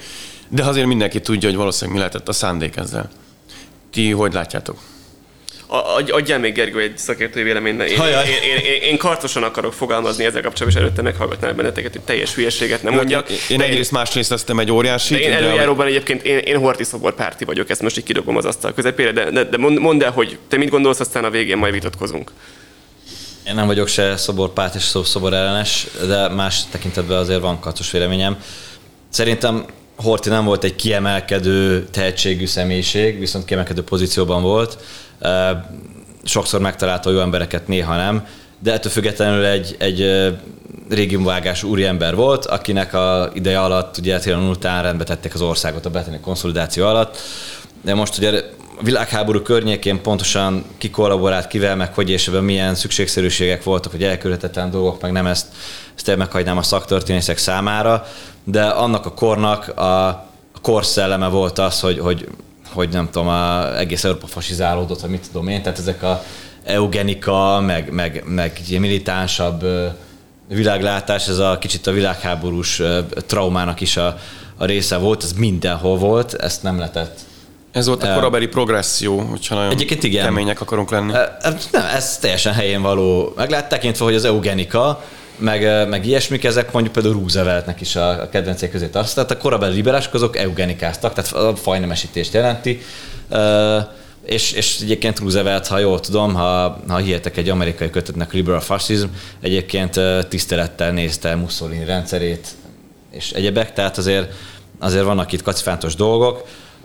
De azért mindenki tudja, hogy valószínűleg mi lehetett a szándék ezzel. Ti hogy látjátok? Adjál még, Gergő, egy szakértői véleményt. Én karcosan akarok fogalmazni ezzel kapcsolatban, és előtte meghallgatnál benneteket, hogy teljes hülyeséget nem mondjak. Én egyrészt másrészt eztem egy óriási. Én előjáróban egyébként én Horthy szobor párti vagyok, ezt most így kidobom az asztal közepére, de mondd el, hogy te mit gondolsz, aztán a végén majd vitatkozunk. Én nem vagyok se szoborpárt és szobor ellenes, de más tekintetben azért van karcos véleményem. Szerintem Horthy nem volt egy kiemelkedő tehetségű személyiség, viszont kiemelkedő pozícióban volt. Sokszor megtalálta jó embereket, néha nem, de ettől függetlenül egy régiumvágás úriember volt, akinek a ideje alatt, ugye Trianon után rendbe tették az országot a beteni konszolidáció alatt, de most ugye a világháború környékén pontosan ki kollaborált, kivel, meg hogy és ebben milyen szükségszerűségek voltak, hogy elkerülhetetlen dolgok, meg nem ezt meghagynám a szaktörténészek számára, de annak a kornak a korszelleme volt az, hogy nem tudom, egész Európa fasizálódott, vagy mit tudom én, tehát ezek a eugenika, meg militánsabb világlátás, ez a kicsit a világháborús traumának is a része volt, ez mindenhol volt, ezt nem lehetett. Ez volt a korabeli progresszió, hogyha nagyon kemények akarunk lenni. Nem, ez teljesen helyén való. Meg lehet tekintve, hogy az eugenika, meg ilyesmik, ezek mondjuk például Rooseveltnek is a kedvencek közé tartozott. Tehát a korabeli liberások azok eugenikáztak, tehát a fajnemesítést jelenti. És egyébként Roosevelt, ha jól tudom, ha hihetek egy amerikai kötetnek, liberal fascism, egyébként tisztelettel nézte Mussolini rendszerét és egyebek, tehát azért vannak itt kacifántos dolgok.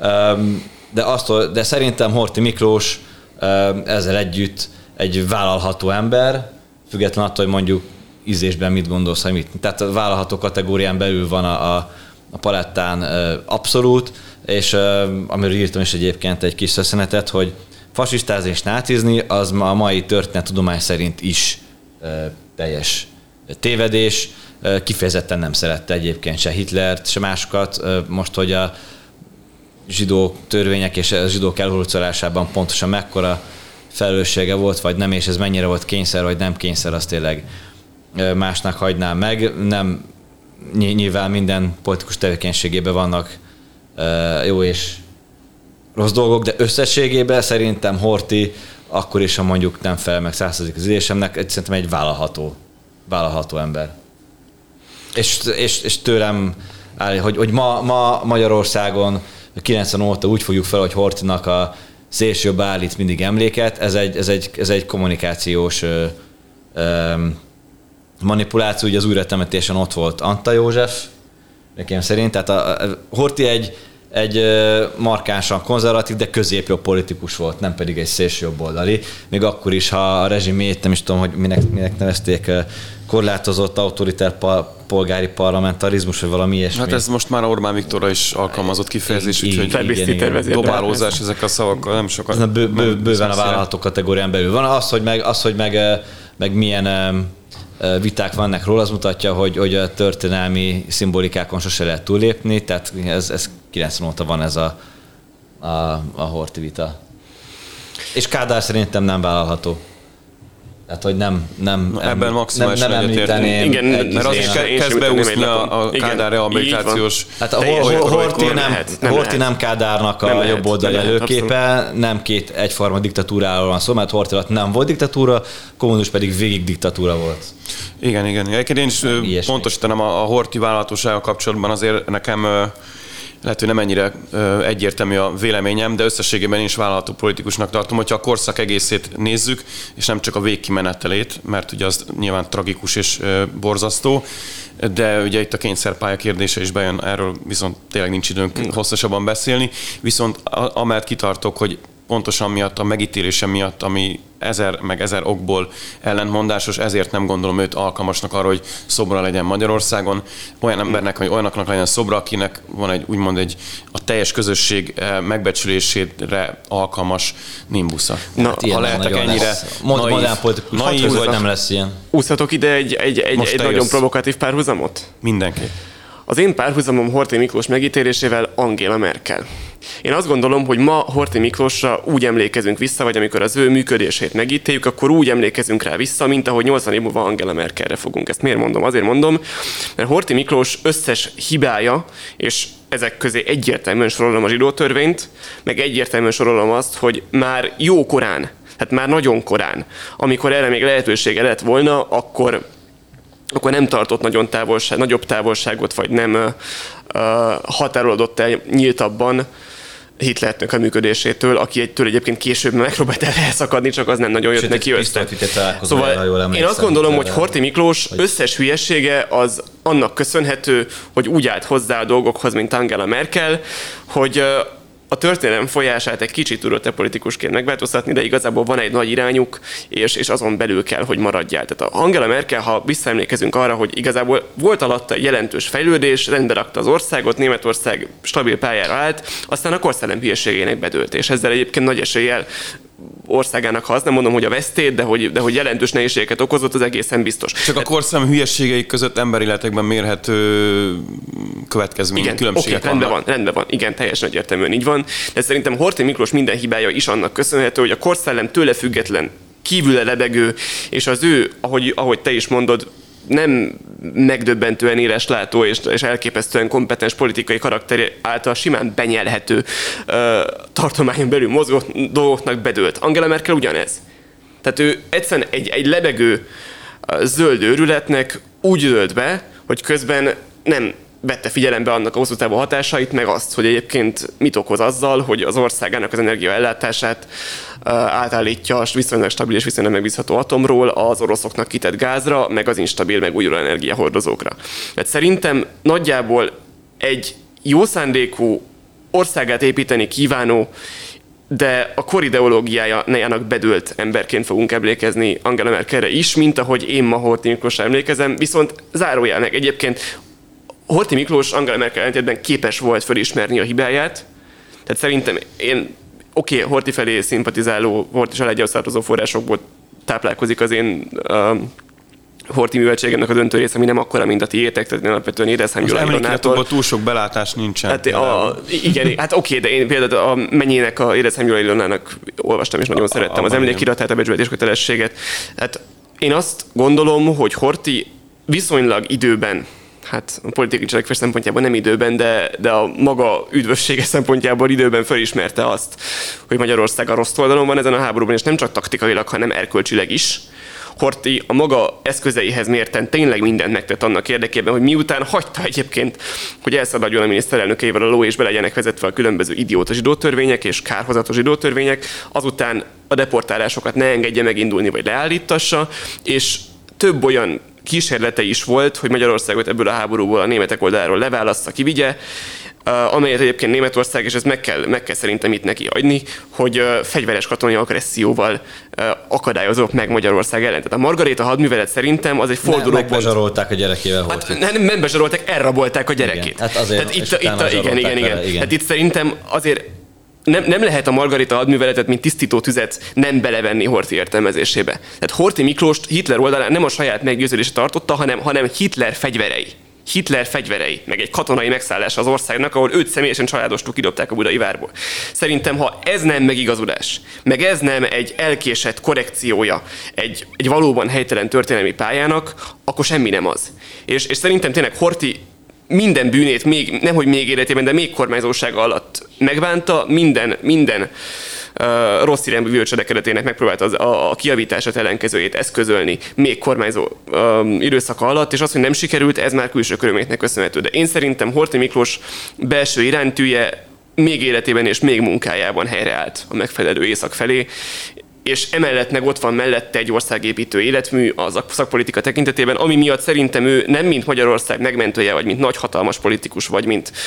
De szerintem Horthy Miklós ezzel együtt egy vállalható ember, független attól, hogy mondjuk ízésben mit gondolsz, hogy mit. Tehát a vállalható kategórián belül van a palettán abszolút, és amiről írtam is egyébként egy kis szösszenetet, hogy fasisztázni és nácizni az a mai történettudomány szerint is teljes tévedés. Kifejezetten nem szerette egyébként se Hitlert, se másokat. Most, hogy a zsidó törvények és a zsidók elhurcolásában pontosan mekkora felelőssége volt, vagy nem, és ez mennyire volt kényszer, vagy nem kényszer, azt tényleg másnak hagynám meg. Nem, nyilván minden politikus tevékenységében vannak jó és rossz dolgok, de összességében szerintem Horthy akkor is, ha mondjuk nem felel meg 100% az ülésemnek, szerintem egy vállalható ember. És tőlem áll, hogy ma Magyarországon 90 óta úgy fogjuk fel, hogy Horthynak a szélsőjobb állít mindig emléket, ez egy kommunikációs manipuláció, ugye az újratemetésen ott volt Antal József, nekem szerint, tehát a Horthy egy markánsan konzervatív, de középjobb politikus volt, nem pedig egy szélsőjobboldali. Még akkor is, ha a rezsimét, nem is tudom, hogy minek nevezték, korlátozott autoritár polgári parlamentarizmus, vagy valami ilyesmi. Hát ez most már Orbán Viktorra is alkalmazott kifejezés, úgyhogy dobálózás ezek a szavakkal nem sokat. Ez bőven a vállalható kategórián belül van. Az, hogy meg milyen viták vannak róla, az mutatja, hogy a történelmi szimbolikákon sose lehet túllépni, tehát ez 90 óta van ez a Horthy vita. És Kádár szerintem nem vállalható. Tehát, hogy nem ebben maximálisan nem említeném. Igen, mert az is kezd beúszni a Kádár rehabilitációs. Hát a Horthy nem Kádárnak a jobb oldali előképe, nem két egyforma diktatúráról van szó, mert Horthy alatt nem volt diktatúra, kommunizmus pedig végig diktatúra volt. Igen. Én is pontosítanám a Horthy vállalhatósággal kapcsolatban, azért nekem lehet, hogy nem ennyire egyértelmű a véleményem, de összességében én is vállalható politikusnak tartom, hogyha a korszak egészét nézzük, és nem csak a végkimenetelét, mert ugye az nyilván tragikus és borzasztó, de ugye itt a kényszerpálya kérdése is bejön, erről viszont tényleg nincs időnk hosszasabban beszélni, viszont amellett kitartok, hogy pontosan miatt, a megítélése miatt, ami ezer okból ellentmondásos, ezért nem gondolom őt alkalmasnak arra, hogy szobra legyen Magyarországon. Olyan embernek, vagy olyanaknak legyen szobra, akinek van a teljes közösség megbecsülésére alkalmas nimbusza. Ha lehetek ennyire modern politikus, vagy nem lesz ilyen. Úszhatok ide egy nagyon provokatív párhuzamot? Mindenki. Az én párhuzamom Horthy Miklós megítélésével Angela Merkel. Én azt gondolom, hogy ma Horthy Miklósra úgy emlékezünk vissza, vagy amikor az ő működését megítéljük, akkor úgy emlékezünk rá vissza, mint ahogy 80 év múlva Angela Merkelre fogunk. Ezt miért mondom? Azért mondom, mert Horthy Miklós összes hibája, és ezek közé egyértelműen sorolom a zsidótörvényt, meg egyértelműen sorolom azt, hogy már jó korán, hát már nagyon korán, amikor erre még lehetősége lett volna, akkor nem tartott nagyobb távolságot, vagy nem határolódott el nyíltabban Hitlernek a működésétől, aki egyébként később megpróbált elszakadni, csak az nem nagyon jött neki össze. Szóval én azt gondolom, hogy Horthy Miklós összes hülyesége az annak köszönhető, hogy úgy állt hozzá a dolgokhoz, mint Angela Merkel, hogy a történelem folyását egy kicsit tudott politikusként megváltoztatni, de igazából van egy nagy irányuk, és azon belül kell, hogy maradjál. Tehát Angela Merkel, ha visszaemlékezünk arra, hogy igazából volt alatta jelentős fejlődés, rendbe rakta az országot, Németország stabil pályára állt, aztán a korszellem hülyeségének bedőlt, és ezzel egyébként nagy eséllyel országának, ha azt nem mondom, hogy a vesztét, de hogy jelentős nehézségeket okozott, az egészen biztos. Csak a korszellem hülyeségeik között emberéletekben mérhető következmény, különbségek vannak. Rendben van, igen, teljesen egyértelműen így van, de szerintem Horthy Miklós minden hibája is annak köszönhető, hogy a korszellem tőle független, kívüle lebegő, és az ő, ahogy te is mondod, nem megdöbbentően éleslátó és elképesztően kompetens politikai karakter által simán benyelhető tartományon belül mozgó dolgoknak bedőlt. Angela Merkel ugyanez. Tehát ő egyszerűen egy lebegő zöld őrületnek úgy dőlt be, hogy közben nem vette figyelembe annak a hosszú távú hatásait, meg azt, hogy egyébként mit okoz azzal, hogy az országának az energiaellátását átállítja viszonylag stabil és viszonylag megbízható atomról az oroszoknak kitett gázra, meg az instabil megújuló energiahordozókra. Tehát szerintem nagyjából egy jó szándékú országát építeni kívánó, de a kor ideológiájának bedőlt emberként fogunk emlékezni Angela Merkelre is, mint ahogy én ma Horthy Miklósra emlékezem, viszont zárójel meg egyébként Horthy Miklós Angela Merkel ellentétben képes volt felismerni a hibáját, tehát szerintem én Horthy felé szimpatizáló, Horthy családjához tartozó forrásokból táplálkozik az én Horthy műveltségemnek a döntő része, ami nem akkora, mint a tiétek, tehát alapvetően Édesheim Gyula Ilonától. Túl sok belátás nincsen. Hát, igen, hát de én például a mennyének, a Édesheim Gyula Ilonának olvastam, és nagyon szerettem az emlékiratát, a becsületés kötelességet. Hát én azt gondolom, hogy Horthy viszonylag időben, hát a politikai cselekvés szempontjából nem időben, de a maga üdvössége szempontjából időben felismerte azt, hogy Magyarország a rossz oldalon van ezen a háborúban, és nem csak taktikailag, hanem erkölcsileg is. Horthy a maga eszközeihez mérten tényleg mindent megtett annak érdekében, hogy miután hagyta egyébként, hogy elszaladjon a miniszterelnökeivel a ló, és be legyenek vezetve a különböző idióta zsidótörvények és kárhozatos zsidótörvények, azután a deportálásokat ne engedje megindulni vagy leállítassa, és több olyan kísérlete is volt, hogy Magyarországot ebből a háborúból a németek oldaláról leválassza, kivigye, amelyet egyébként Németország, és ezt meg kell szerintem itt neki adni, hogy fegyveres katonai agresszióval akadályozok meg Magyarország ellen. Tehát a Margaréta hadművelet szerintem az egy fordulópont. Megbezsarolták a gyerekével. Hát nem bezsarolták, elrabolták a gyerekét. Igen, hát azért, igen. Hát itt szerintem azért nem lehet a Margaréta hadműveletet, mint tisztító tüzet nem belevenni Horthy értelmezésébe. Tehát Horthy Miklóst Hitler oldalán nem a saját meggyőződését tartotta, hanem Hitler fegyverei, meg egy katonai megszállása az országnak, ahol őt személyesen családostul kidobták a Budai Várból. Szerintem, ha ez nem megigazulás, meg ez nem egy elkésett korrekciója egy valóban helytelen történelmi pályának, akkor semmi nem az. És szerintem tényleg Horthy minden bűnét nemhogy még életében, de még kormányzósága alatt megbánta, minden rossz irányú bűncselekedetének megpróbálta a kijavítását, ellenkezőjét eszközölni még kormányzó időszaka alatt, és az, hogy nem sikerült, ez már külső körülményeknek köszönhető. De én szerintem Horthy Miklós belső iránytűje még életében és még munkájában helyreállt a megfelelő észak felé, és emellett meg ott van mellette egy országépítő életmű a szakpolitika tekintetében, ami miatt szerintem ő nem mint Magyarország megmentője, vagy mint nagyhatalmas politikus, vagy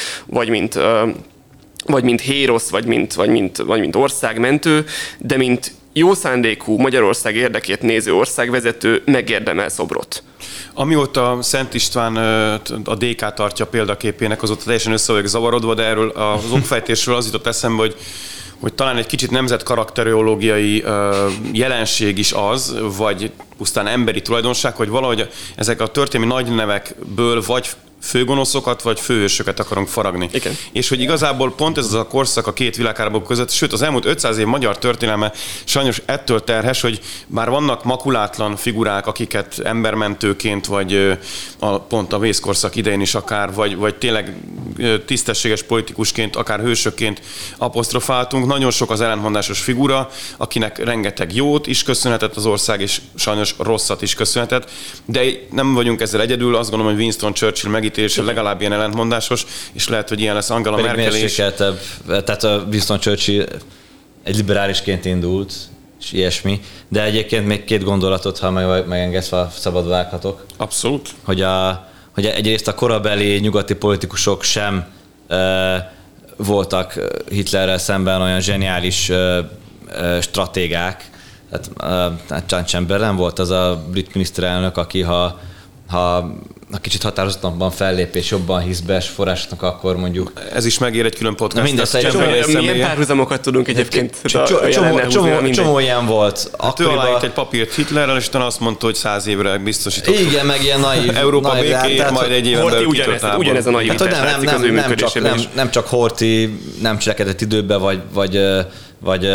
mint hérosz, vagy mint országmentő, de mint jó szándékú Magyarország érdekét néző országvezető megérdemel szobrot. Amióta Szent István a DK tartja példaképének, azóta teljesen össze vagyok zavarodva, de erről az okfejtésről az jutott eszembe, hogy talán egy kicsit nemzetkarakteriológiai jelenség is az, vagy pusztán emberi tulajdonság, hogy valahogy ezek a történelmi nagy nevekből vagy főgonoszokat vagy főhősöket akarunk faragni. Igen. És hogy igazából pont ez az a korszak a két világháború között, sőt az elmúlt 500 év magyar történelme sajnos ettől terhes, hogy bár vannak makulátlan figurák, akiket embermentőként, vagy pont a vészkorszak idején is akár, vagy tényleg tisztességes politikusként, akár hősökként apostrofáltunk, nagyon sok az ellentmondásos figura, akinek rengeteg jót is köszönhetett az ország, és sajnos rosszat is köszönhetett, de nem vagyunk ezzel egyedül, azt gondolom, hogy Winston Churchill megítélése legalább ilyen ellentmondásos, és lehet, hogy ilyen lesz Angela Merkel is. Tehát a Winston Churchill egy liberálisként indult, és ilyesmi, de egyébként még két gondolatot, ha megengedsz, szabad vághatok. Abszolút. Hogy egyrészt a korabeli nyugati politikusok sem voltak Hitlerrel szemben olyan zseniális stratégák. Tehát Chamberlain volt az a brit miniszterelnök, aki ha kicsit határozottabban fellép és jobban hisz be forrásoknak, akkor mondjuk... Ez is megér egy külön podcast. Milyen párhuzamokat tudunk egyébként? Csomó ilyen volt. Hát ő aláírt egy papírt Hitlerrel, és utána azt mondta, hogy 100 évre biztosított. Igen, meg ilyen naív. Európa békéjét, majd egy éven belül kitört. Ugyanez a naivitás látszik az ő működésében is. Nem csak Horthy nem cselekedett időbe, vagy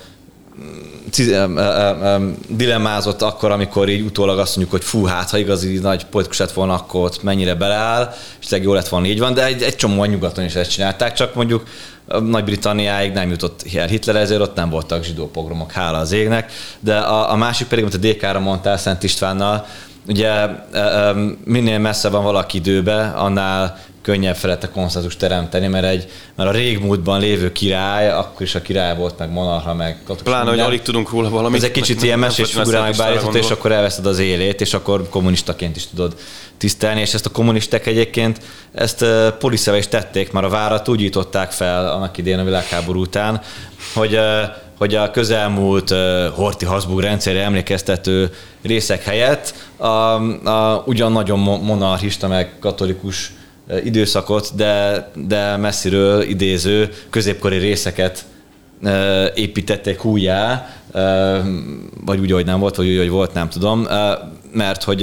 dilemmázott akkor, amikor így utólag azt mondjuk, hogy fú, hát ha igazi nagy politikus lett volna, akkor ott mennyire beleáll, és tényleg jó lett volna, így van, de egy csomóan nyugaton is ezt csinálták, csak mondjuk Nagy-Britanniáig nem jutott el Hitler, ezért ott nem voltak zsidó pogromok, hála az égnek, de a másik pedig, amit a DK-ra mondtál Szent Istvánnal, ugye minél messze van valaki időbe, annál könnyebb felette konszenzus teremteni, mert a régmúltban lévő király, akkor is a király volt, meg monarcha, meg katolikus. Pláne, hogy alig tudunk róla valamit. Ez egy kicsit ilyen mesés figurának beállított, és akkor elveszed az élét, és akkor kommunistaként is tudod tisztelni, és ezt a kommunisták egyébként, ezt Poliszeve is tették, már a várat úgy jutották fel annak idén a világháború után, hogy a közelmúlt Horthy-Habsburg rendszerre emlékeztető részek helyett ugyan nagyon monarchista, meg katolikus időszakot, de messziről idéző középkori részeket építették újjá, vagy úgy, hogy nem volt, vagy úgy, hogy volt, nem tudom, mert hogy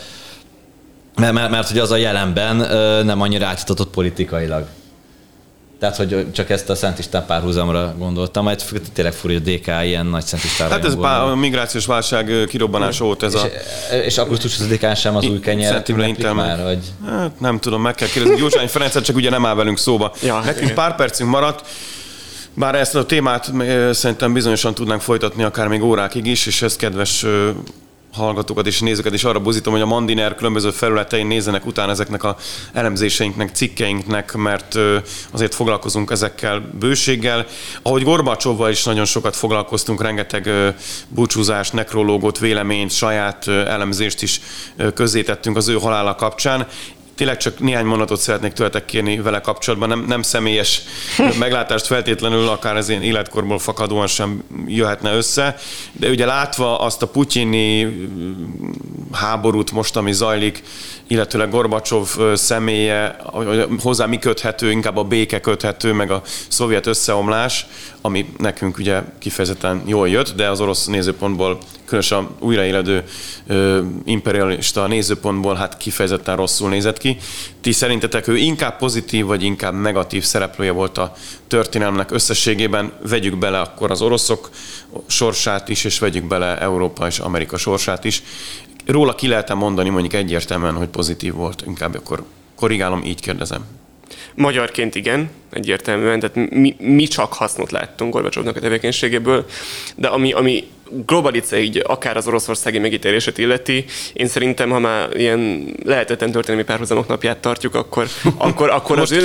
az a jelenben nem annyira átjutatott politikailag. Tehát, hogy csak ezt a Szent István párhuzamra gondoltam, majd tényleg fura, hogy a DK ilyen nagy Szent Istvánra. Hát ez a migrációs válság kirobbanása volt ez és augusztus 20-án sem az új kenyeret ünneplik már, vagy? Hát nem tudom, meg kell kérdezni. Gyurcsány Ferencet, csak ugye nem áll velünk szóba. Ja, nekünk pár percünk maradt, bár ezt a témát szerintem bizonyosan tudnánk folytatni akár még órákig is, és ez kedves hallgatókat és nézőket is arra buzdítom, hogy a Mandiner különböző felületein nézzenek utána ezeknek a elemzéseinknek, cikkeinknek, mert azért foglalkozunk ezekkel bőséggel. Ahogy Gorbacsovval is nagyon sokat foglalkoztunk, rengeteg búcsúzást, nekrológot, véleményt, saját elemzést is közzétettünk az ő halála kapcsán. Tényleg csak néhány mondatot szeretnék tőletek kérni vele kapcsolatban, nem személyes meglátást feltétlenül, akár az én életkorból fakadóan sem jöhetne össze, de ugye látva azt a putyini háborút most, ami zajlik, illetőleg Gorbacsov személye, hozzá mi köthető, inkább a béke köthető, meg a szovjet összeomlás, ami nekünk ugye kifejezetten jól jött, de az orosz nézőpontból, különösen a újraéledő imperialista nézőpontból hát kifejezetten rosszul nézett ki. Ti szerintetek ő inkább pozitív, vagy inkább negatív szereplője volt a történelmnek összességében? Vegyük bele akkor az oroszok sorsát is, és vegyük bele Európa és Amerika sorsát is. Róla ki lehet mondani mondjuk egyértelműen, hogy pozitív volt, inkább akkor korrigálom, így kérdezem. Magyarként igen, egyértelműen, tehát mi csak hasznot láttunk Gorbacsovnak a tevékenységéből, de ami globalice így akár az oroszországi megítélését illeti, én szerintem, ha már ilyen lehetetlen történelmi párhuzamok napját tartjuk, akkor az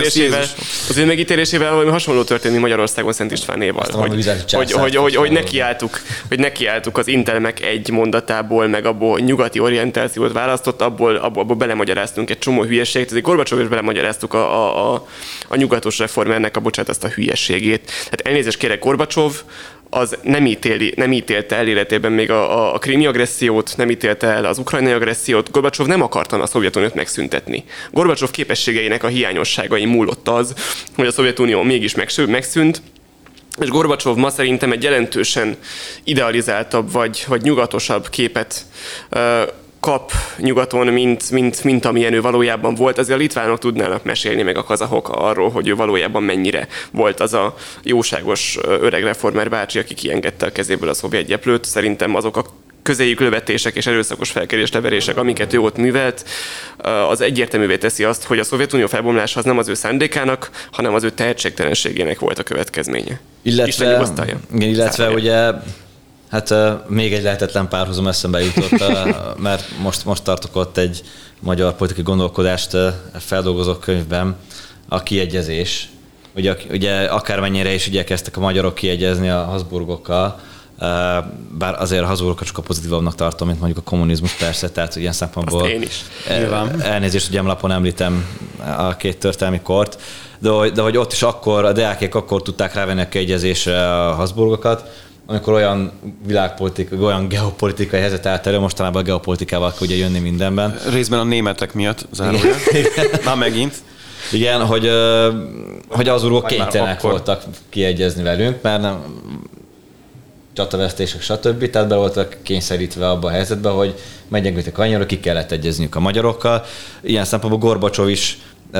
ő megítélésével valami hasonló történik Magyarországon Szent Istvánéval. Hogy nekiálltuk az Intelmek egy mondatából, meg abból nyugati orientációt választott, abból belemagyaráztunk egy csomó hülyeséget, ezért Gorbacsov is belemagyaráztuk a nyugatos reformernek azt a hülyeségét. Tehát elnézést kérek, Gorbacsov az nem ítélte el életében még a krími agressziót, nem ítélte el az ukrajnai agressziót. Gorbacsov nem akarta a Szovjetuniót megszüntetni. Gorbacsov képességeinek a hiányosságai múlott az, hogy a Szovjetunió mégis megszűnt, és Gorbacsov ma szerintem egy jelentősen idealizáltabb vagy nyugatosabb képet kap nyugaton, mint amilyen ő valójában volt, azért a litvánok tudnának mesélni, meg a kazahok arról, hogy ő valójában mennyire volt az a jóságos öreg reformer bácsi, aki kiengedte a kezéből a szovjet gyeplőt. Szerintem azok a közéjük lövetések és erőszakos felkerésleverések, amiket ő ott művelt, az egyértelművé teszi azt, hogy a Szovjetunió felbomlása az nem az ő szándékának, hanem az ő tehetségtelenségének volt a következménye. Illetve ugye, hát még egy lehetetlen párhuzam eszembe jutott, mert most tartok ott egy magyar politikai gondolkodást feldolgozó könyvben, a kiegyezés. Ugye akármennyire is igyekeztek a magyarok kiegyezni a Habsburgokkal, bár azért a Habsburgokat sokkal pozitívabbnak tartom, mint mondjuk a kommunizmus, persze, tehát ilyen szempontból azt én is. Elnézést, hogy emlapon említem a két történelmi kort, de hogy ott is akkor, a deákék akkor tudták rávenni a kiegyezésre a Habsburgokat, amikor olyan világpolitikai, olyan geopolitikai helyzet állt elő, mostanában a geopolitikával kell ugye jönni mindenben. Részben a németek miatt, zárójel. Már megint. Igen, hogy az Habsburgok kénytelenek voltak kiegyezni velünk, mert nem csatavesztések, stb. Tehát be voltak kényszerítve abba a helyzetbe, hogy meggyengültek annyira, ki kellett egyezniük a magyarokkal. Ilyen szempontból Gorbacsov is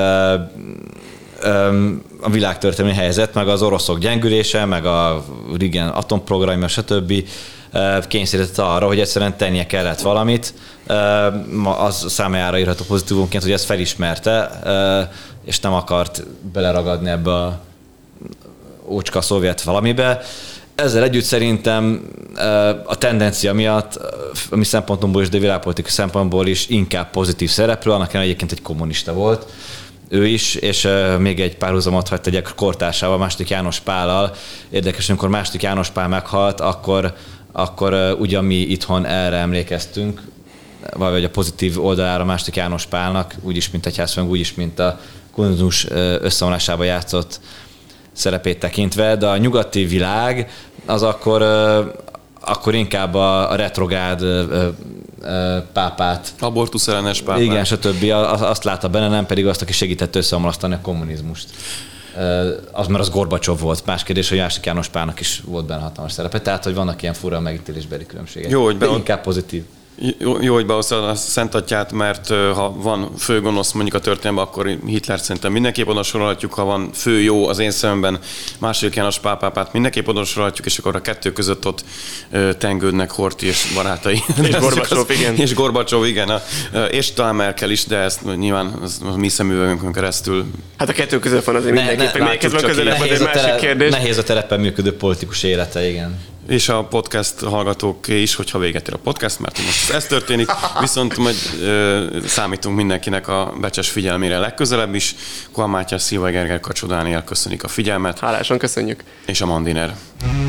a világtörténelmi helyzet, meg az oroszok gyengülése, meg a régen atomprogramja, stb. Kényszerítette arra, hogy egyszerűen tennie kellett valamit. Az számára írható pozitívumként, hogy ezt felismerte, és nem akart beleragadni ebbe a ócska szovjet valamibe. Ezzel együtt szerintem a tendencia miatt, a mi szempontunkból is, de világpolitikai szempontból is inkább pozitív szereplő, annak egyébként egy kommunista volt ő is, és még egy párhuzamot hagy tegyek kortársával, II. János Pállal. Érdekes, amikor II. János Pál meghalt, akkor ugyan mi itthon erre emlékeztünk, vagy a pozitív oldalára II. János Pálnak, úgyis, mint egyházfőnök, úgyis, mint a kommunizmus összeomlásában játszott szerepét tekintve, de a nyugati világ az akkor inkább a retrográd pápát. Abortuszellenes pápát. Igen, stb. Azt látta benne, nem pedig azt, aki segített összeomlasztani a kommunizmust. Mert az Gorbacsov volt. Más kérdés, hogy II. János Pálnak is volt benne hatalmas szerepe. Tehát, hogy vannak ilyen fura megítélésbeli különbségek. Jó, hogy inkább pozitív. Jó, hogy behoztad a Szent Atyát, mert ha van főgonosz mondjuk a történelemben, akkor Hitlert szerintem mindenképp oda sorolhatjuk, ha van fő jó az én szememben II. János Pál pápát mindenképp oda sorolhatjuk, és akkor a kettő között ott tengődnek Horthy és barátai. És Gorbacsov, igen. És Gorbacsov, igen. És talán Merkel is, de ezt nyilván a mi szemüvegünkön keresztül. Hát a kettő között van azért mindenképpen. Melyikhez van közelebb, az egy másik kérdés. Nehéz a terepen működő politikus élete, igen. És a podcast hallgatóké is, hogyha véget ér a podcast, mert most ez történik, viszont majd számítunk mindenkinek a becses figyelmére legközelebb is. Kovács Mátyás, Szilvai Gergely, Kacsó Dániel köszönik a figyelmet. Hálásan köszönjük. És a Mandiner.